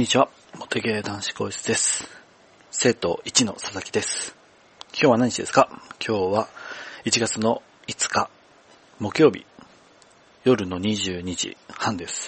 にちは、モテゲー男子高室です。生徒1の佐々木です。今日は何日ですか？今日は1月の5日、木曜日、夜の22時半です。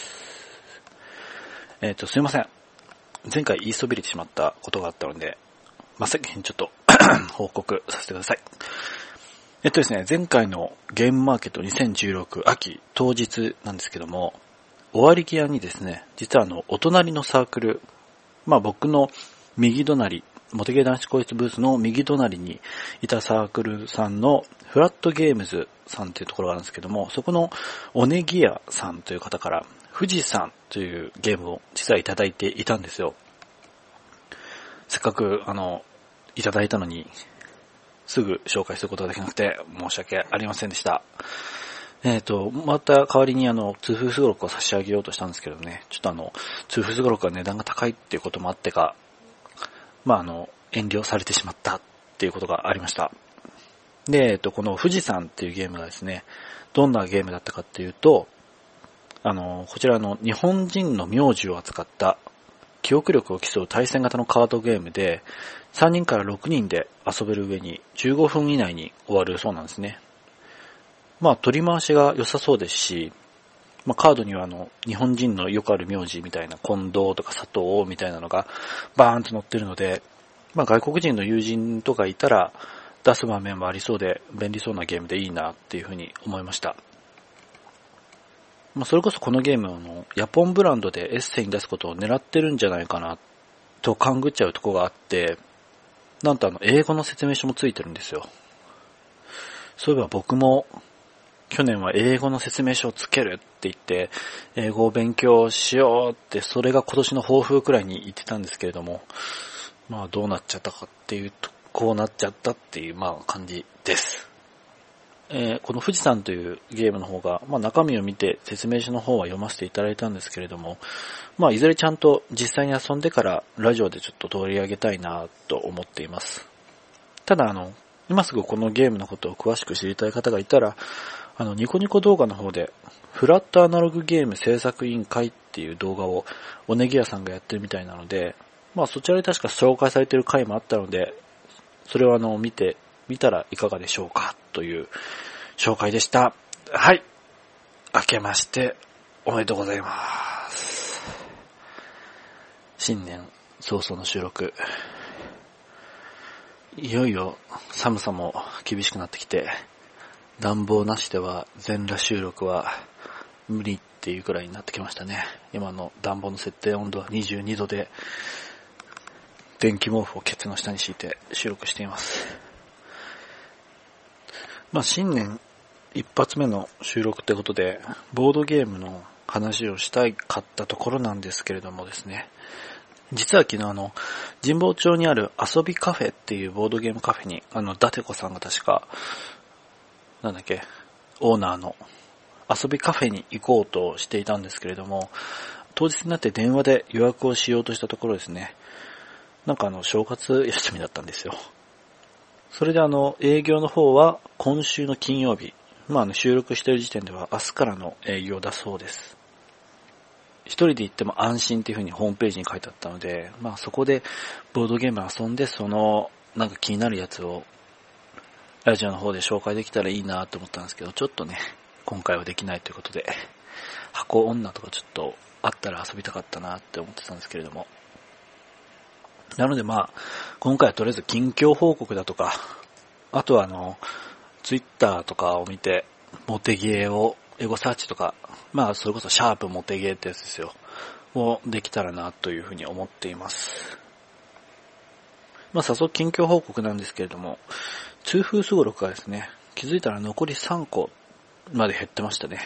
すいません。前回言いそびれてしまったことがあったので、真っ先にちょっと報告させてください。ですね、前回のゲームマーケット2016秋当日なんですけども、終わり際にですね、実はお隣のサークル、僕の右隣、モテゲー男子高室ブースの右隣にいたサークルさんのフラットゲームズさんというところがあるんですけども、そこのオネギアさんという方から富士山というゲームを実はいただいていたんですよ。せっかくいただいたのにすぐ紹介することができなくて申し訳ありませんでした。また代わりにツーフース語録を差し上げようとしたんですけどね、ちょっとツーフース語録が値段が高いっていうこともあってか、遠慮されてしまったっていうことがありました。で、この富士山っていうゲームがですね、どんなゲームだったかっていうと、こちら日本人の名字を扱った記憶力を競う対戦型のカードゲームで、3人から6人で遊べる上に15分以内に終わるそうなんですね。取り回しが良さそうですし、カードには日本人のよくある名字みたいな近藤とか佐藤みたいなのがバーンと載ってるので、外国人の友人とかいたら出す場面もありそうで便利そうなゲームでいいなっていうふうに思いました。それこそこのゲームをヤポンブランドでエッセイに出すことを狙ってるんじゃないかなと勘ぐっちゃうところがあって、なんと英語の説明書もついてるんですよ。そういえば僕も去年は英語の説明書をつけるって言って英語を勉強しようって、それが今年の抱負くらいに言ってたんですけれども、どうなっちゃったかっていうと、こうなっちゃったっていう感じです。この富士山というゲームの方が、中身を見て説明書の方は読ませていただいたんですけれども、いずれちゃんと実際に遊んでからラジオでちょっと取り上げたいなと思っています。ただ今すぐこのゲームのことを詳しく知りたい方がいたら、ニコニコ動画の方でフラットアナログゲーム制作委員会っていう動画をおねぎ屋さんがやってるみたいなので、そちらで確か紹介されている回もあったので、それを見てみたらいかがでしょうかという紹介でした。はい。明けましておめでとうございます。新年早々の収録。いよいよ寒さも厳しくなってきて、暖房なしでは全裸収録は無理っていうくらいになってきましたね。今の暖房の設定温度は22度で、電気毛布をケツの下に敷いて収録しています。新年一発目の収録ってことで、ボードゲームの話をしたいかったところなんですけれどもですね、実は昨日神保町にある遊びカフェっていうボードゲームカフェに、ダテコさんが確か、オーナーの遊びカフェに行こうとしていたんですけれども、当日になって電話で予約をしようとしたところですね、正月休みだったんですよ。それで営業の方は今週の金曜日、収録している時点では明日からの営業だそうです。一人で行っても安心っていう風にホームページに書いてあったので、そこでボードゲーム遊んで、気になるやつをラジオの方で紹介できたらいいなと思ったんですけど、ちょっとね、今回はできないということで、箱女とかちょっとあったら遊びたかったなって思ってたんですけれども。なので今回はとりあえず近況報告だとか、あとはツイッターとかを見て、モテゲーを、エゴサーチとか、それこそシャープモテゲーってやつですよ。をできたらなというふうに思っています。早速近況報告なんですけれども、ツーフース語録がですね、気づいたら残り3個まで減ってましたね。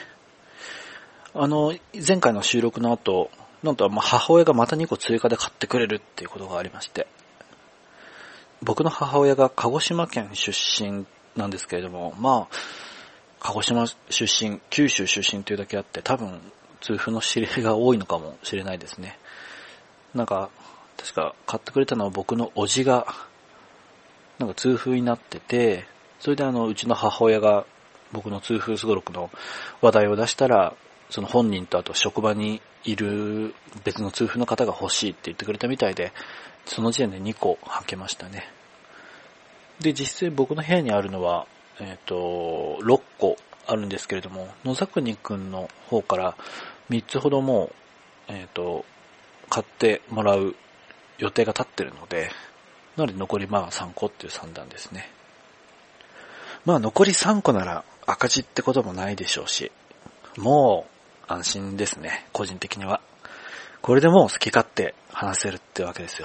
前回の収録の後、なんと母親がまた2個追加で買ってくれるっていうことがありまして、僕の母親が鹿児島県出身なんですけれども、鹿児島出身、九州出身というだけあって、多分痛風の知り合いが多いのかもしれないですね。確か買ってくれたのは僕の叔父が痛風になってて、それでうちの母親が僕の痛風すごろくの話題を出したら、 その本人とあと職場にいる別の痛風の方が欲しいって言ってくれたみたいで、その時点で2個履けましたね。で、実際僕の部屋にあるのは、6個あるんですけれども、野崎くんの方から3つほどもう、買ってもらう予定が立ってるので、なので残り3個っていう算段ですね。残り3個なら赤字ってこともないでしょうし、もう安心ですね、個人的には。これでもう好き勝手話せるってわけですよ。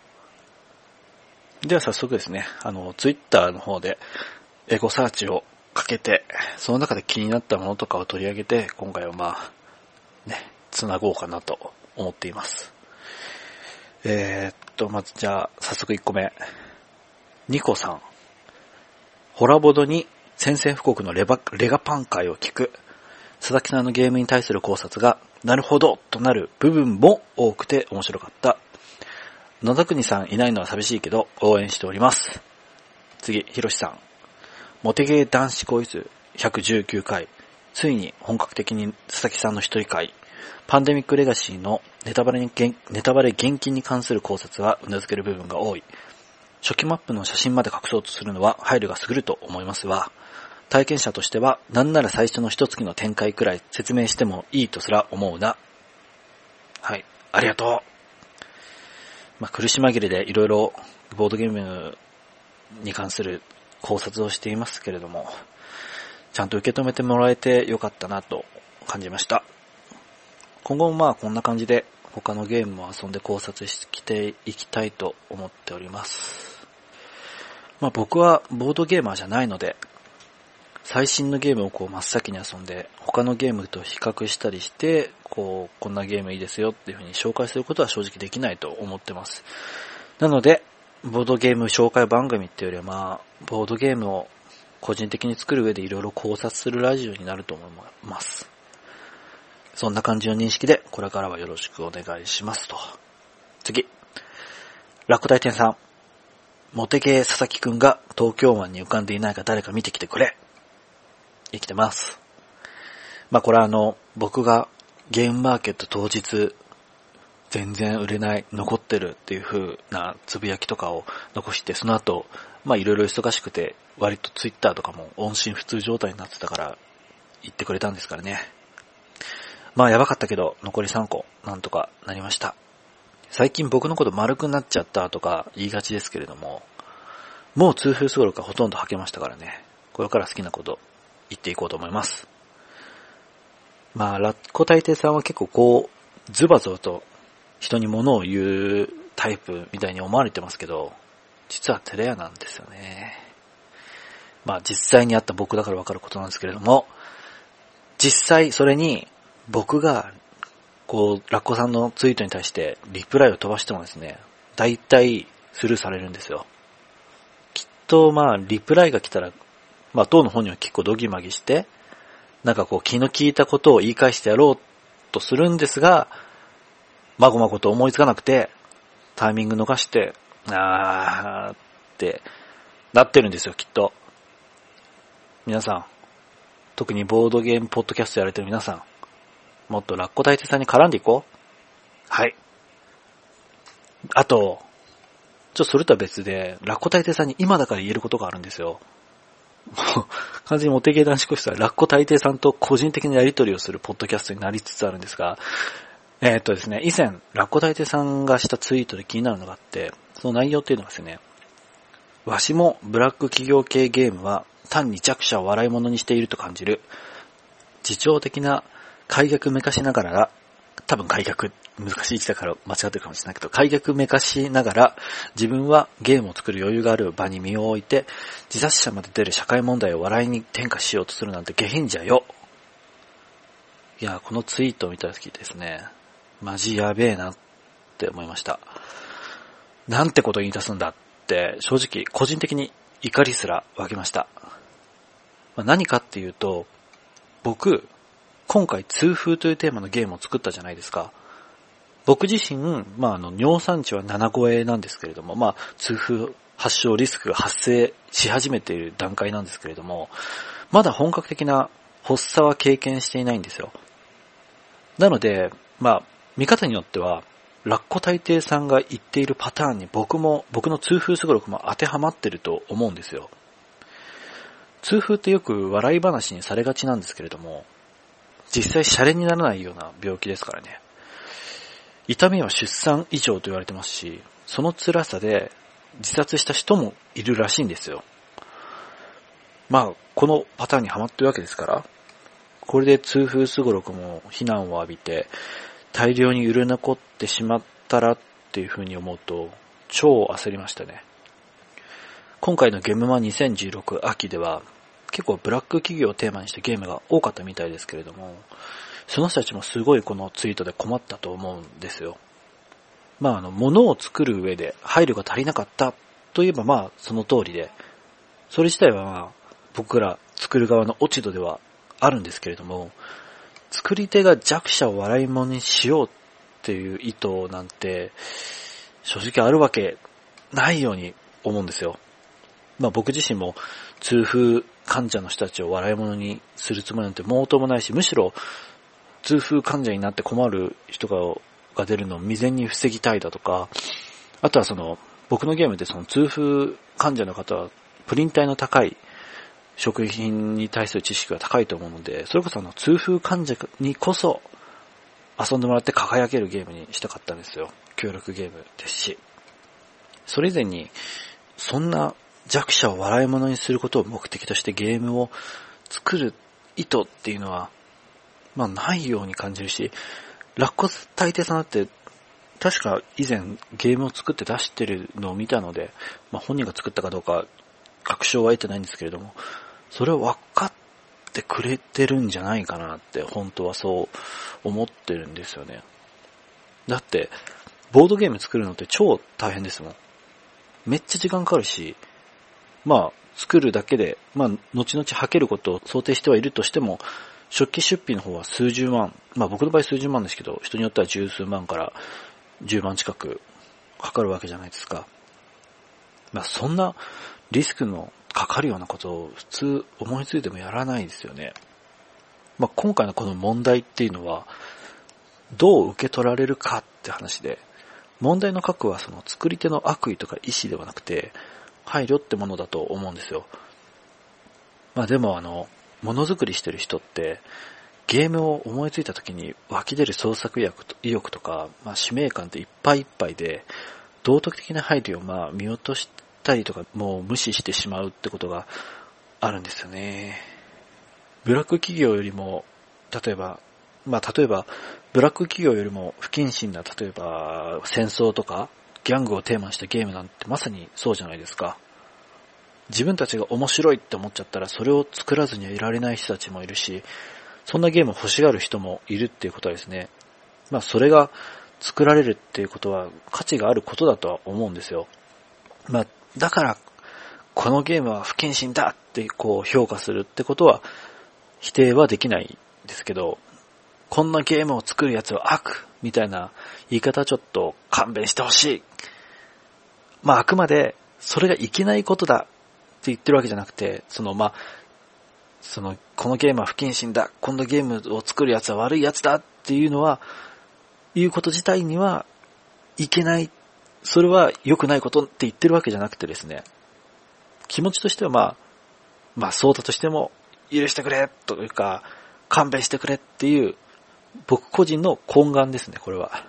では早速ですね、ツイッターの方でエゴサーチをかけて、その中で気になったものとかを取り上げて、今回は繋ごうかなと思っています。まずじゃあ、早速1個目。ニコさん。ホラボドに宣戦布告のレガパン会を聞く。佐々木さんのゲームに対する考察が、なるほどとなる部分も多くて面白かった。野田国さんいないのは寂しいけど、応援しております。次、ひろしさん。モテゲー男子恋図119回。ついに本格的に佐々木さんの一人会。パンデミックレガシーのネタバレ厳禁に関する考察は頷ける部分が多い。初期マップの写真まで隠そうとするのは配慮が優ると思いますが、体験者としてはなんなら最初の一月の展開くらい説明してもいいとすら思うな。はい、ありがとう。苦し紛れでいろいろボードゲームに関する考察をしていますけれども、ちゃんと受け止めてもらえてよかったなと感じました。今後もこんな感じで他のゲームも遊んで考察していきたいと思っております。僕はボードゲーマーじゃないので、最新のゲームを真っ先に遊んで他のゲームと比較したりして、こんなゲームいいですよっていう風に紹介することは正直できないと思ってます。なので、ボードゲーム紹介番組っていうよりはボードゲームを個人的に作る上でいろいろ考察するラジオになると思います。そんな感じの認識で、これからはよろしくお願いしますと。次。ラッコ大天さん。モテゲー佐々木くんが東京湾に浮かんでいないか誰か見てきてくれ。生きてます。これは僕がゲームマーケット当日、全然売れない、残ってるっていう風なつぶやきとかを残して、その後、いろいろ忙しくて、割とツイッターとかも音信不通状態になってたから言ってくれたんですからね。やばかったけど残り3個なんとかなりました。最近僕のこと丸くなっちゃったとか言いがちですけれども、もう痛風すごろくはほとんど吐けましたからね。これから好きなこと言っていこうと思います。ラッコ大帝さんは結構ズバズバと人に物を言うタイプみたいに思われてますけど、実は照れ屋なんですよね。実際にあった僕だからわかることなんですけれども、実際それに僕がラッコさんのツイートに対してリプライを飛ばしてもですね、大体スルーされるんですよ。きっとリプライが来たら当の本人は結構ドギマギして気の利いたことを言い返してやろうとするんですが、まごまごと思いつかなくてタイミング逃してってなってるんですよ、きっと。皆さん、特にボードゲームポッドキャストやられてる皆さん、もっとラッコ大帝さんに絡んでいこう。はい。あと、それとは別で、ラッコ大帝さんに今だから言えることがあるんですよ。もう、完全にモテゲー男子個室はラッコ大帝さんと個人的なやり取りをするポッドキャストになりつつあるんですが、ですね、以前、ラッコ大帝さんがしたツイートで気になるのがあって、その内容っていうのがですね、わしもブラック企業系ゲームは単に弱者を笑い物にしていると感じる。自重的な開逆めかしながら、多分開逆、難しい字だから間違ってるかもしれないけど、開逆めかしながら、自分はゲームを作る余裕がある場に身を置いて、自殺者まで出る社会問題を笑いに転嫁しようとするなんて下品じゃよ。いや、このツイートを見たときですね、マジやべえなって思いました。なんてこと言い出すんだって、正直個人的に怒りすら湧きました。何かっていうと、僕、今回痛風というテーマのゲームを作ったじゃないですか。僕自身、尿酸値は7超えなんですけれども、痛風発症リスクが発生し始めている段階なんですけれども、まだ本格的な発作は経験していないんですよ。 なので、見方によっては、ラッコ大帝さんが言っているパターンに僕の痛風すごろくも当てはまってると思うんですよ。痛風ってよく笑い話にされがちなんですけれども、実際シャレにならないような病気ですからね。痛みは出産以上と言われてますし、その辛さで自殺した人もいるらしいんですよ。このパターンにはまってるわけですから、これで痛風すごろくも非難を浴びて、大量に売れ残ってしまったらっていう風に思うと、超焦りましたね。今回のゲームマ2016秋では、結構ブラック企業をテーマにしたゲームが多かったみたいですけれども、その人たちもすごいこのツイートで困ったと思うんですよ。物を作る上で配慮が足りなかったといえばその通りで、それ自体は僕ら作る側の落ち度ではあるんですけれども、作り手が弱者を笑い物にしようっていう意図なんて正直あるわけないように思うんですよ。僕自身も痛風患者の人たちを笑い物にするつもりなんて毛頭もないし、むしろ痛風患者になって困る人が出るのを未然に防ぎたいだとか、あとは僕のゲームで痛風患者の方はプリン体の高い食品に対する知識が高いと思うので、それこそ痛風患者にこそ遊んでもらって輝けるゲームにしたかったんですよ。協力ゲームですし。それ以前に、そんな弱者を笑い物にすることを目的としてゲームを作る意図っていうのは、ないように感じるし、ラッコ大帝さんだって、確か以前ゲームを作って出してるのを見たので、本人が作ったかどうか確証は得てないんですけれども、それを分かってくれてるんじゃないかなって本当はそう思ってるんですよね。だってボードゲーム作るのって超大変ですもん。めっちゃ時間かかるし、作るだけで後々吐けることを想定してはいるとしても、初期出費の方は数十万、僕の場合数十万ですけど、人によっては十数万から10万近くかかるわけじゃないですか。そんなリスクのかかるようなことを普通思いついてもやらないですよね。今回のこの問題っていうのはどう受け取られるかって話で、問題の核は作り手の悪意とか意思ではなくて配慮ってものだと思うんですよ。でもものづくりしてる人ってゲームを思いついた時に湧き出る創作意欲とか、使命感っていっぱいいっぱいで、道徳的な配慮を見落としたりとか、もう無視してしまうってことがあるんですよね。ブラック企業よりも、例えばブラック企業よりも不謹慎な、例えば戦争とかギャングをテーマにしたゲームなんてまさにそうじゃないですか。自分たちが面白いって思っちゃったらそれを作らずにはいられない人たちもいるし、そんなゲームを欲しがる人もいるっていうことはですね、それが作られるっていうことは価値があることだとは思うんですよ。だからこのゲームは不謹慎だって評価するってことは否定はできないんですけど、こんなゲームを作るやつは悪みたいな言い方はちょっと勘弁してほしい。あくまでそれがいけないことだって言ってるわけじゃなくて、このゲームは不謹慎だ、こんなゲームを作るやつは悪いやつだっていうのは、いうこと自体にはいけない、それは良くないことって言ってるわけじゃなくてですね、気持ちとしてはそうだとしても許してくれというか勘弁してくれっていう僕個人の懇願ですね、これは。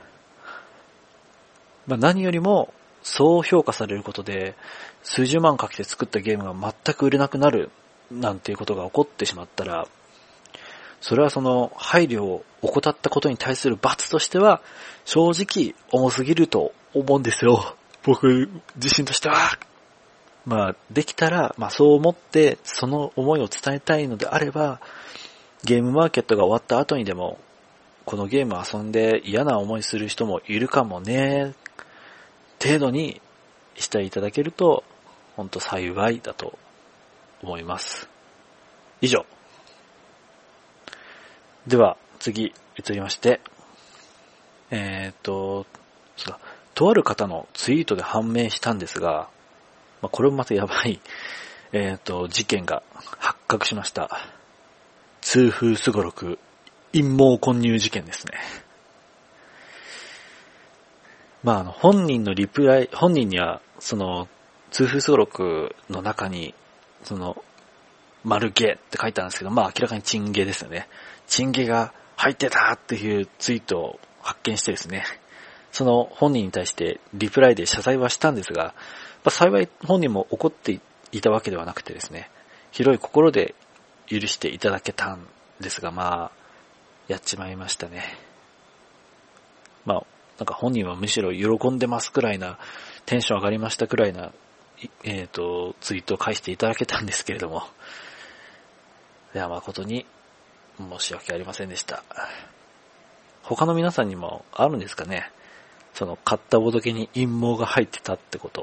何よりもそう評価されることで数十万かけて作ったゲームが全く売れなくなるなんていうことが起こってしまったら、それは配慮を怠ったことに対する罰としては正直重すぎると思うんですよ、僕自身としては。できたらそう思ってその思いを伝えたいのであれば、ゲームマーケットが終わった後にでもこのゲームを遊んで嫌な思いする人もいるかもね程度にしていただけると本当幸いだと思います。以上。では次移りまして、とある方のツイートで判明したんですが、これもまたやばい事件が発覚しました。痛風すごろく陰謀混入事件ですね。本人のリプライ、本人には、通風登録の中に、丸ゲって書いてあるんですけど、明らかにチンゲですよね。チンゲが入ってたっていうツイートを発見してですね、その本人に対してリプライで謝罪はしたんですが、幸い本人も怒っていたわけではなくてですね、広い心で許していただけたんですが、やっちまいましたね。本人はむしろ喜んでますくらいな、テンション上がりましたくらいな、ツイートを返していただけたんですけれども、いや、誠に申し訳ありませんでした。他の皆さんにもあるんですかね、買ったボドゲに陰謀が入ってたってこと。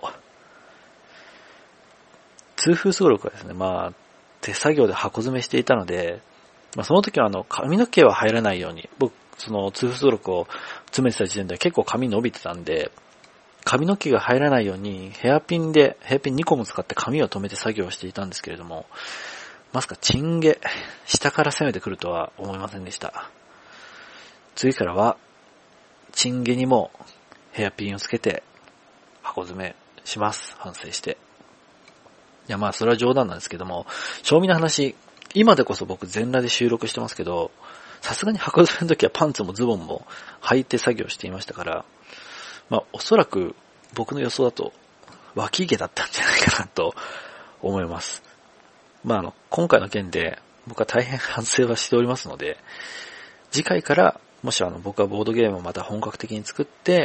通風登録はですね、手作業で箱詰めしていたので、その時は髪の毛は入らないように、僕、通風登録を詰めてた時点では結構髪伸びてたんで、髪の毛が入らないようにヘアピン2個も使って髪を留めて作業をしていたんですけれども、まさかチンゲ、下から攻めてくるとは思いませんでした。次からは、チンゲにもヘアピンをつけて箱詰めします。反省して。いや、それは冗談なんですけども、正味の話、今でこそ僕全裸で収録してますけど、さすがに箱詰めの時はパンツもズボンも履いて作業していましたから、おそらく僕の予想だと脇毛だったんじゃないかなと思います。今回の件で僕は大変反省はしておりますので、次回からもし僕はボードゲームをまた本格的に作って、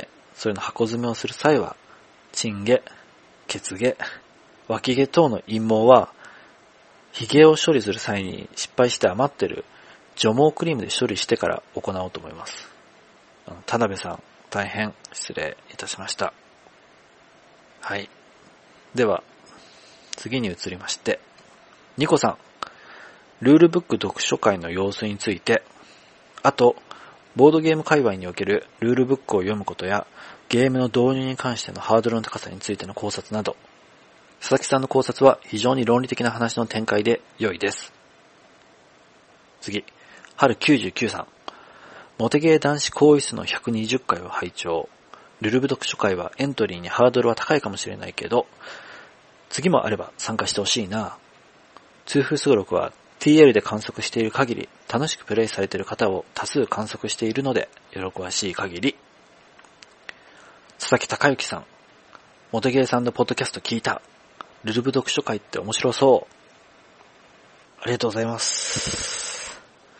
そういうの箱詰めをする際は、チンゲ、ケツ毛、脇毛等の陰謀は、髭を処理する際に失敗して余ってる除毛クリームで処理してから行おうと思います。田辺さん、大変失礼いたしました。はい。では、次に移りまして、ニコさん、ルールブック読書会の様子について、あと、ボードゲーム界隈におけるルールブックを読むことや、ゲームの導入に関してのハードルの高さについての考察など、佐々木さんの考察は非常に論理的な話の展開で良いです。次、春99さん。モテゲー男子更衣室の120回を拝聴。ルルブ読書会はエントリーにハードルは高いかもしれないけど、次もあれば参加してほしいな。通風登録は TL で観測している限り、楽しくプレイされている方を多数観測しているので、喜ばしい限り。佐々木隆之さん。モテゲーさんのポッドキャスト聞いた。ルルブ読書会って面白そう。ありがとうございます。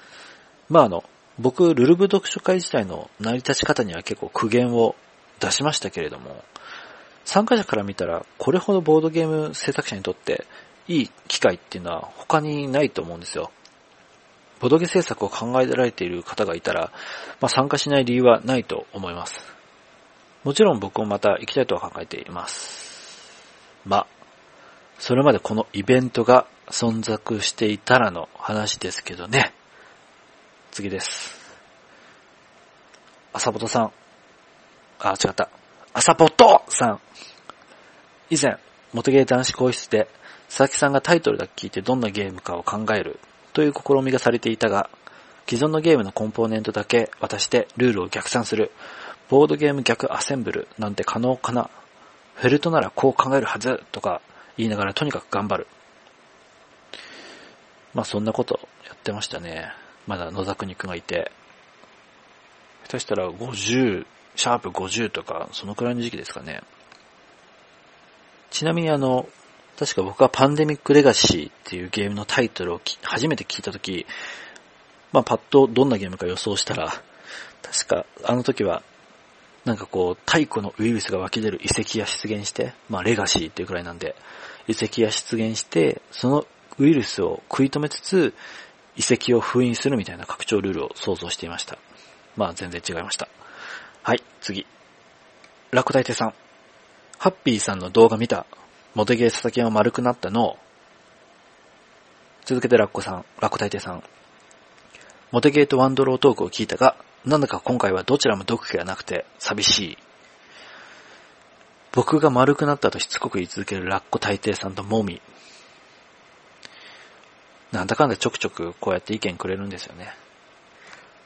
僕、ルルブ読書会自体の成り立ち方には結構苦言を出しましたけれども、参加者から見たら、これほどボードゲーム制作者にとっていい機会っていうのは他にないと思うんですよ。ボードゲーム制作を考えられている方がいたら、参加しない理由はないと思います。もちろん僕もまた行きたいとは考えています。それまでこのイベントが存続していたらの話ですけどね。次です。朝ポトさん。違った。朝ポトさん。以前、モテゲー男子更衣室で、佐々木さんがタイトルだけ聞いてどんなゲームかを考えるという試みがされていたが、既存のゲームのコンポーネントだけ渡してルールを逆算する、ボードゲーム逆アセンブルなんて可能かな。フェルトならこう考えるはずとか言いながらとにかく頑張る。そんなことやってましたね。まだ野沢肉がいて。下手したら50、シャープ50とか、そのくらいの時期ですかね。ちなみに確か僕はパンデミックレガシーっていうゲームのタイトルを初めて聞いたとき、パッとどんなゲームか予想したら、確かあの時は、太古のウイルスが湧き出る遺跡が出現して、レガシーっていうくらいなんで、遺跡が出現して、そのウイルスを食い止めつつ、遺跡を封印するみたいな拡張ルールを想像していました。全然違いました。はい、次。ラク大帝さん。ハッピーさんの動画見た。モテゲー佐々木が丸くなったの。続けてラク大帝さん。モテゲーとワンドロートークを聞いたが、なんだか今回はどちらも読気がなくて寂しい。僕が丸くなったとしつこく言い続けるラッコ大帝さんとモミ。なんだかんだちょくちょくこうやって意見くれるんですよね。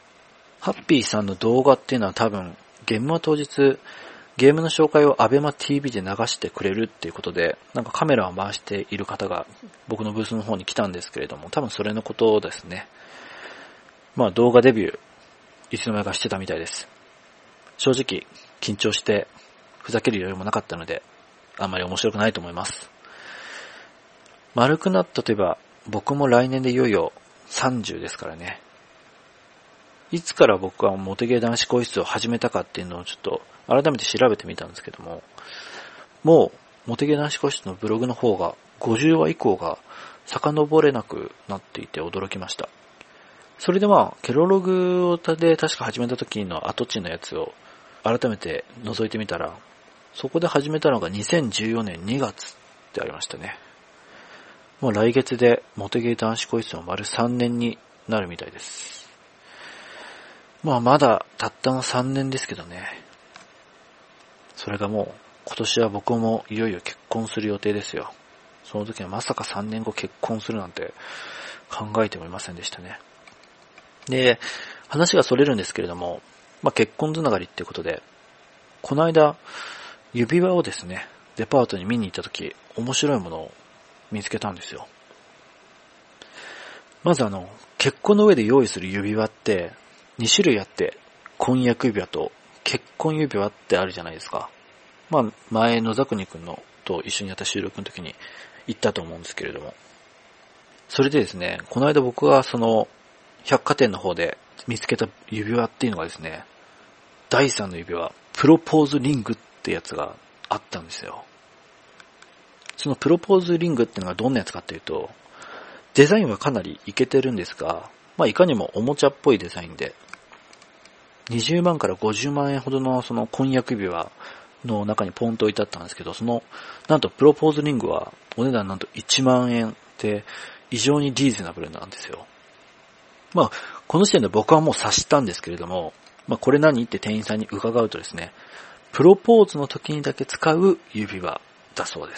ハッピーさんの動画っていうのは多分、ゲームは当日、ゲームの紹介をアベマ TV で流してくれるっていうことで、なんかカメラを回している方が僕のブースの方に来たんですけれども、多分それのことですね。まあ動画デビュー、いつの間にかしてたみたいです。正直、緊張してふざける余裕もなかったので、あんまり面白くないと思います。丸くなったといえば、僕も来年でいよいよ30ですからね。いつから僕はモテゲー男子更衣室を始めたかっていうのをちょっと改めて調べてみたんですけども、もうモテゲー男子更衣室のブログの方が50話以降が遡れなくなっていて驚きました。それでケロログで確か始めた時の跡地のやつを改めて覗いてみたら、そこで始めたのが2014年2月ってありましたね。もう来月でモテゲー男子更衣室の丸3年になるみたいです。まだたったの3年ですけどね。それがもう今年は僕もいよいよ結婚する予定ですよ。その時はまさか3年後結婚するなんて考えてもいませんでしたね。で、話がそれるんですけれども、結婚つながりっていうことで、この間指輪をですね、デパートに見に行った時、面白いものを見つけたんですよ。まず結婚の上で用意する指輪って2種類あって、婚約指輪と結婚指輪ってあるじゃないですか。前野沢国くんのと一緒にやった収録の時に言ったと思うんですけれども。それでですね、この間僕がその百貨店の方で見つけた指輪っていうのがですね、第3の指輪、プロポーズリングってやつがあったんですよ。そのプロポーズリングっていうのがどんなやつかっていうと、デザインはかなりイケてるんですが、いかにもおもちゃっぽいデザインで、20万から50万円ほどのその婚約指輪の中にポンと置いてあったんですけど、なんとプロポーズリングはお値段なんと1万円って異常にリーズナブルなんですよ。この時点で僕はもう察したんですけれども、これ何って店員さんに伺うとですね、プロポーズの時にだけ使う指輪だそうです。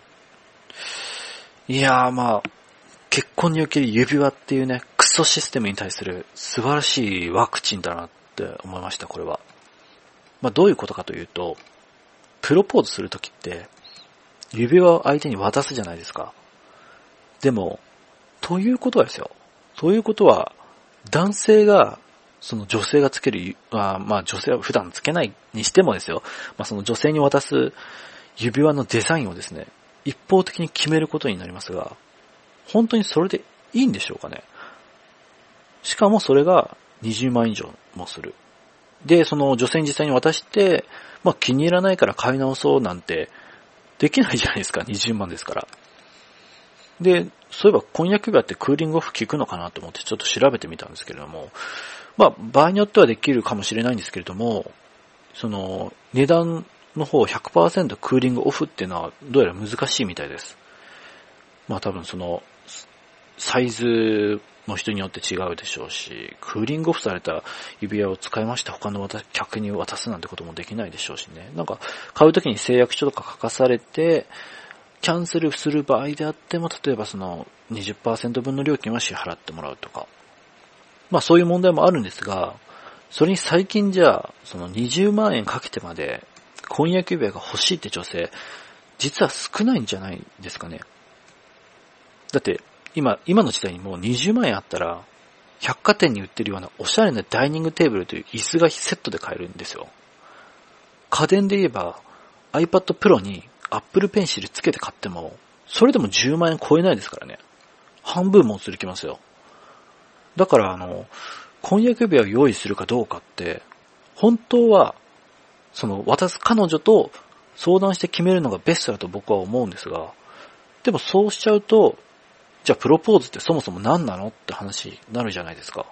いやー結婚における指輪っていうね、クソシステムに対する素晴らしいワクチンだなって思いました、これは。どういうことかというと、プロポーズするときって、指輪を相手に渡すじゃないですか。でも、ということはですよ。そういうことは、男性が、その女性がつける、女性は普段つけないにしてもですよ。その女性に渡す指輪のデザインをですね、一方的に決めることになりますが、本当にそれでいいんでしょうかね。しかもそれが20万以上もする。で、その女性に実際に渡して、気に入らないから買い直そうなんてできないじゃないですか、20万ですから。で、そういえば婚約指輪ってクーリングオフ効くのかなと思ってちょっと調べてみたんですけれども、場合によってはできるかもしれないんですけれども、その値段の方 100% クーリングオフっていうのはどうやら難しいみたいです。多分そのサイズも人によって違うでしょうし、クーリングオフされた指輪を使いまして他の客に渡すなんてこともできないでしょうしね。買うときに誓約書とか書かされて、キャンセルする場合であっても、例えばその 20% 分の料金は支払ってもらうとか。そういう問題もあるんですが、それに最近じゃあ、その20万円かけてまで婚約指輪が欲しいって女性、実は少ないんじゃないですかね。だって、今の時代にもう20万円あったら、百貨店に売ってるようなおしゃれなダイニングテーブルという椅子がセットで買えるんですよ。家電で言えば iPad Pro に Apple Pencil つけて買っても、それでも10万円超えないですからね。半分もするきますよ。だから婚約指輪を用意するかどうかって、本当は、渡す彼女と相談して決めるのがベストだと僕は思うんですが、でもそうしちゃうと、じゃあプロポーズってそもそも何なのって話になるじゃないですか。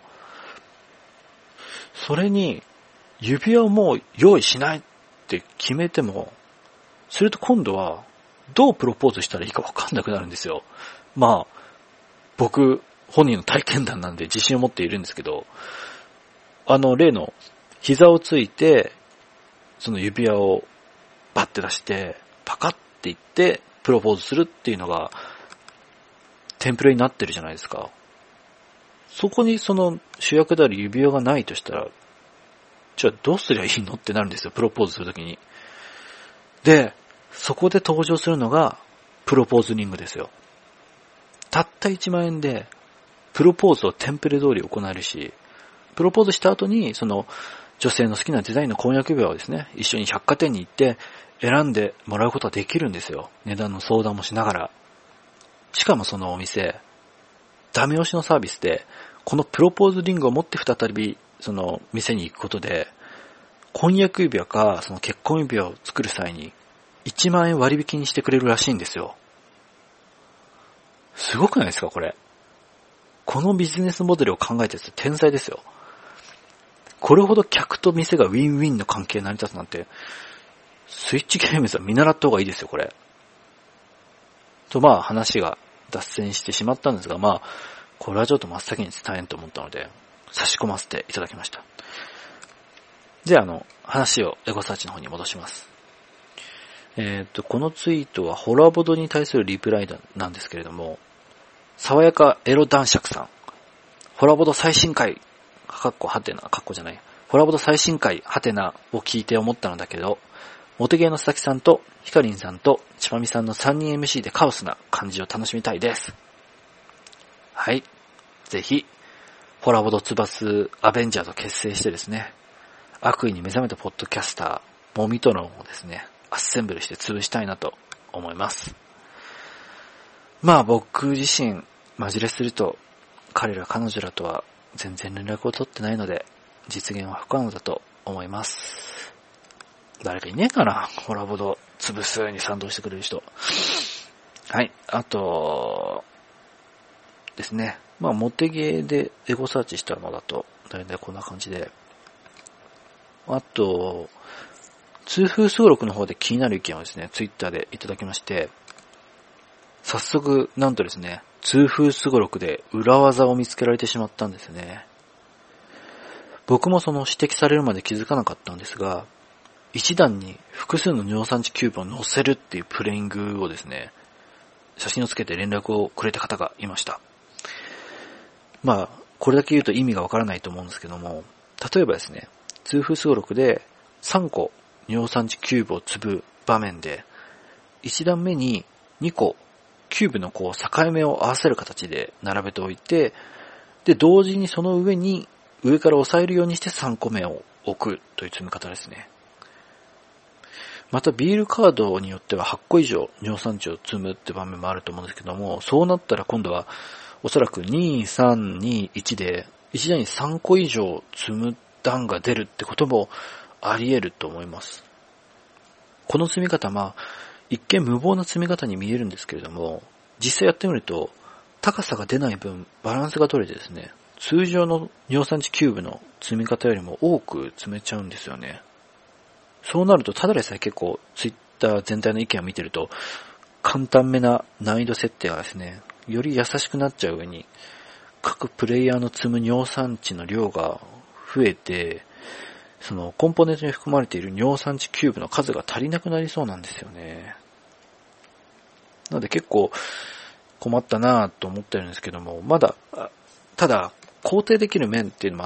それに、指輪をもう用意しないって決めても、すると今度は、どうプロポーズしたらいいか分かんなくなるんですよ。僕、本人の体験談なんで自信を持っているんですけど、例の膝をついて、その指輪をバッて出して、パカッていって、プロポーズするっていうのが、テンプレになってるじゃないですか。 そこにその主役である指輪がないとしたら、じゃあどうすりゃいいのってなるんですよ、プロポーズするときに。で、そこで登場するのが、プロポーズリングですよ。たった1万円で、プロポーズをテンプレ通り行えるし、プロポーズした後に、その、女性の好きなデザインの婚約指輪をですね、一緒に百貨店に行って選んでもらうことができるんですよ。値段の相談もしながら。しかもそのお店、ダメ押しのサービスで、このプロポーズリングを持って再び、その店に行くことで、婚約指輪か、その結婚指輪を作る際に、1万円割引にしてくれるらしいんですよ。すごくないですか、これ。このビジネスモデルを考えてる人天才ですよ。これほど客と店がウィンウィンの関係に成り立つなんて、スイッチゲームズは見習った方がいいですよ、これ。と、まあ話が脱線してしまったんですが、まあ、これはちょっと真っ先に伝えんと思ったので、差し込ませていただきました。で、話をエゴサーチの方に戻します。このツイートはホラボドに対するリプライなんですけれども、爽やかエロ男爵さん、ホラボド最新回、ホラボド最新回、ハテナを聞いて思ったのだけど、モテゲーの佐々木さんとヒカリンさんとチパミさんの3人 MC でカオスな感じを楽しみたいです。はい。ぜひ、ホラボドツバスアベンジャーと結成してですね、悪意に目覚めたポッドキャスター、モミトロンをですね、アッセンブルして潰したいなと思います。まあ僕自身、マジレすると、彼ら彼女らとは全然連絡を取ってないので、実現は不可能だと思います。誰かいねえかな、ホラボド潰すに賛同してくれる人。はい、あと、ですね。まあモテゲーでエゴサーチしたのだと、だいたいこんな感じで。あと、通風すごろくの方で気になる意見をですね、ツイッターでいただきまして、早速、なんとですね、通風すごろくで裏技を見つけられてしまったんですね。僕もその指摘されるまで気づかなかったんですが、一段に複数の尿酸値キューブを載せるっていうプレイングをですね、写真をつけて連絡をくれた方がいました。まあ、これだけ言うと意味がわからないと思うんですけども、例えばですね、通風すごろくで3個尿酸値キューブを積む場面で、1段目に2個キューブのこう境目を合わせる形で並べておいて、で、同時にその上に上から押さえるようにして3個目を置くという積み方ですね。またビールカードによっては8個以上尿酸値を積むって場面もあると思うんですけども、そうなったら今度はおそらく2、3、2、1で1段に3個以上積む段が出るってこともあり得ると思います。この積み方、まあ一見無謀な積み方に見えるんですけれども、実際やってみると高さが出ない分バランスが取れてですね、通常の尿酸値キューブの積み方よりも多く積めちゃうんですよね。そうなるとただでさえ結構ツイッター全体の意見を見てると簡単めな難易度設定がですね、より優しくなっちゃう上に各プレイヤーの積む尿酸値の量が増えて、そのコンポーネントに含まれている尿酸値キューブの数が足りなくなりそうなんですよね。なので結構困ったなぁと思ってるんですけども、ただ肯定できる面っていうのもあって、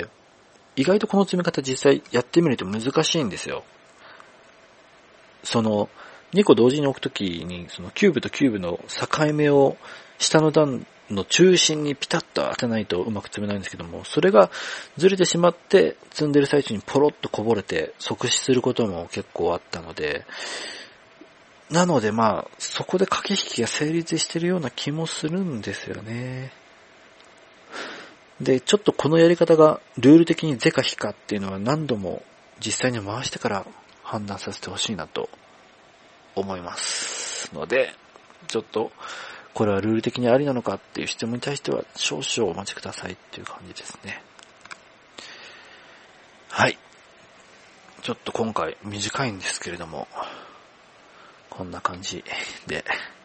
意外とこの積み方実際やってみると難しいんですよ。その2個同時に置くときに、そのキューブとキューブの境目を下の段の中心にピタッと当てないとうまく積めないんですけども、それがずれてしまって積んでる最中にポロッとこぼれて即死することも結構あったので、なのでまあそこで駆け引きが成立してるような気もするんですよね。で、ちょっとこのやり方がルール的に是か非かっていうのは何度も実際に回してから判断させてほしいなと思いますので、ちょっとこれはルール的にありなのかっていう質問に対しては少々お待ちくださいっていう感じですね。はい。ちょっと今回短いんですけれども、こんな感じで。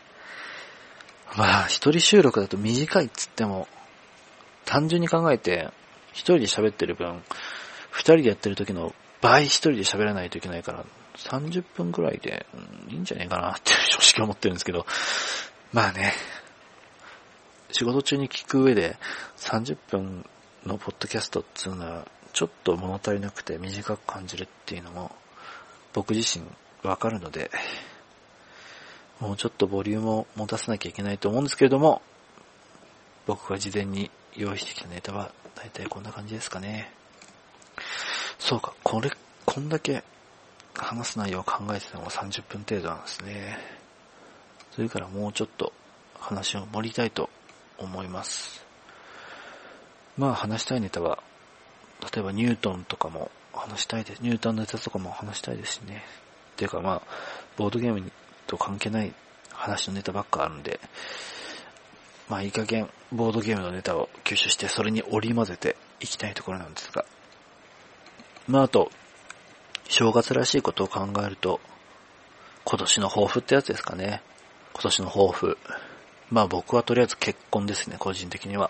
まあ一人収録だと短いっつっても、単純に考えて一人で喋ってる分、二人でやってる時の倍一人で喋らないといけないから、30分くらいで、いいんじゃねえかなって正直思ってるんですけど、まあね、 仕事中に聞く上で30分のポッドキャストっていうのはちょっと物足りなくて短く感じるっていうのも僕自身わかるので、もうちょっとボリュームを持たせなきゃいけないと思うんですけれども、僕が事前に用意してきたネタはだいたいこんな感じですかね。そうか、こんだけ話す内容を考えてたのが30分程度なんですね。それからもうちょっと話を盛りたいと思います。まあ話したいネタは、例えばニュートンとかも話したいです。ニュートンのネタとかも話したいですしね。ていうかまあ、ボードゲームと関係ない話のネタばっかあるんで、まあいい加減ボードゲームのネタを吸収してそれに織り交ぜていきたいところなんですが、まああと正月らしいことを考えると、今年の抱負ってやつですかね。今年の抱負、まあ僕はとりあえず結婚ですね、個人的には。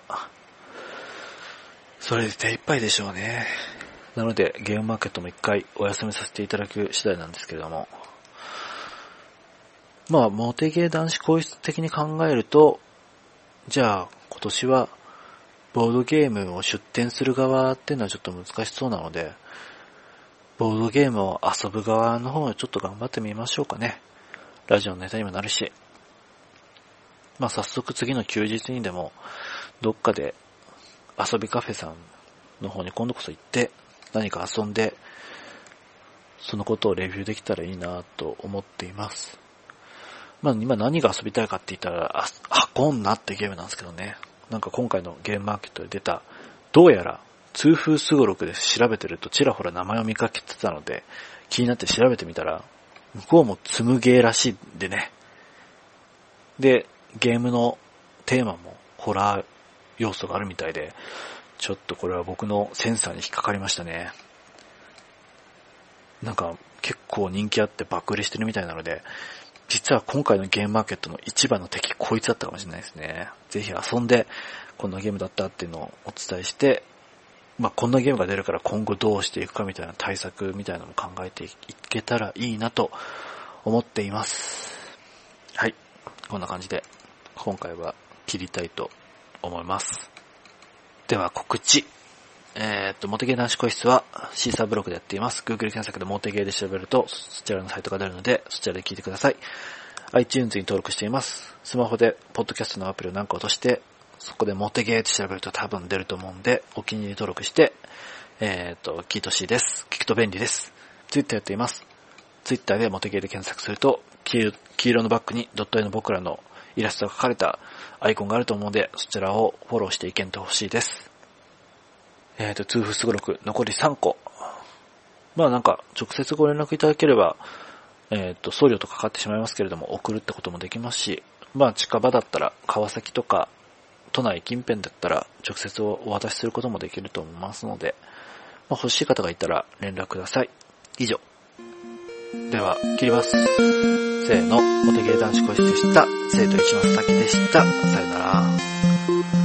それで手一杯でしょうね。なのでゲームマーケットも一回お休みさせていただく次第なんですけれども、まあモテゲー男子皇室的に考えると、じゃあ今年はボードゲームを出展する側っていうのはちょっと難しそうなので、ボードゲームを遊ぶ側の方をちょっと頑張ってみましょうかね。ラジオのネタにもなるし、まあ早速次の休日にでもどっかで遊びカフェさんの方に今度こそ行って何か遊んで、そのことをレビューできたらいいなと思っています。まあ今何が遊びたいかって言ったら、箱女ってゲームなんですけどね。なんか今回のゲームマーケットで出た、どうやら通風すごろくで調べてるとちらほら名前を見かけてたので、気になって調べてみたら、向こうも積むゲーらしいんでね。で、ゲームのテーマもホラー要素があるみたいで、ちょっとこれは僕のセンサーに引っかかりましたね。なんか結構人気あって爆売れしてるみたいなので、実は今回のゲームマーケットの一番の敵こいつだったかもしれないですね。ぜひ遊んでこんなゲームだったっていうのをお伝えして、まあこんなゲームが出るから今後どうしていくかみたいな対策みたいなのも考えていけたらいいなと思っています。はい、こんな感じで今回は切りたいと思います。では告知。モテゲー男子個室はシーサーブログでやっています。Google 検索でモテゲーで調べるとそちらのサイトが出るので、そちらで聞いてください。iTunes に登録しています。スマホでポッドキャストのアプリを何か落として、そこでモテゲーって調べると多分出ると思うんで、お気に入り登録して、聞いてほしいです。聞くと便利です。Twitter やっています。Twitter でモテゲーで検索すると、黄色のバックにドット絵の僕らのイラストが描かれたアイコンがあると思うので、そちらをフォローしていけんとほしいです。通風すごろく残り3個。まあなんか直接ご連絡いただければ、送料とかかかってしまいますけれども送るってこともできますし、まあ近場だったら川崎とか都内近辺だったら直接お渡しすることもできると思いますので、まあ、欲しい方がいたら連絡ください。以上。では切ります。せーの、モテゲー男子個室でした。生徒一ノ崎でした。さよなら。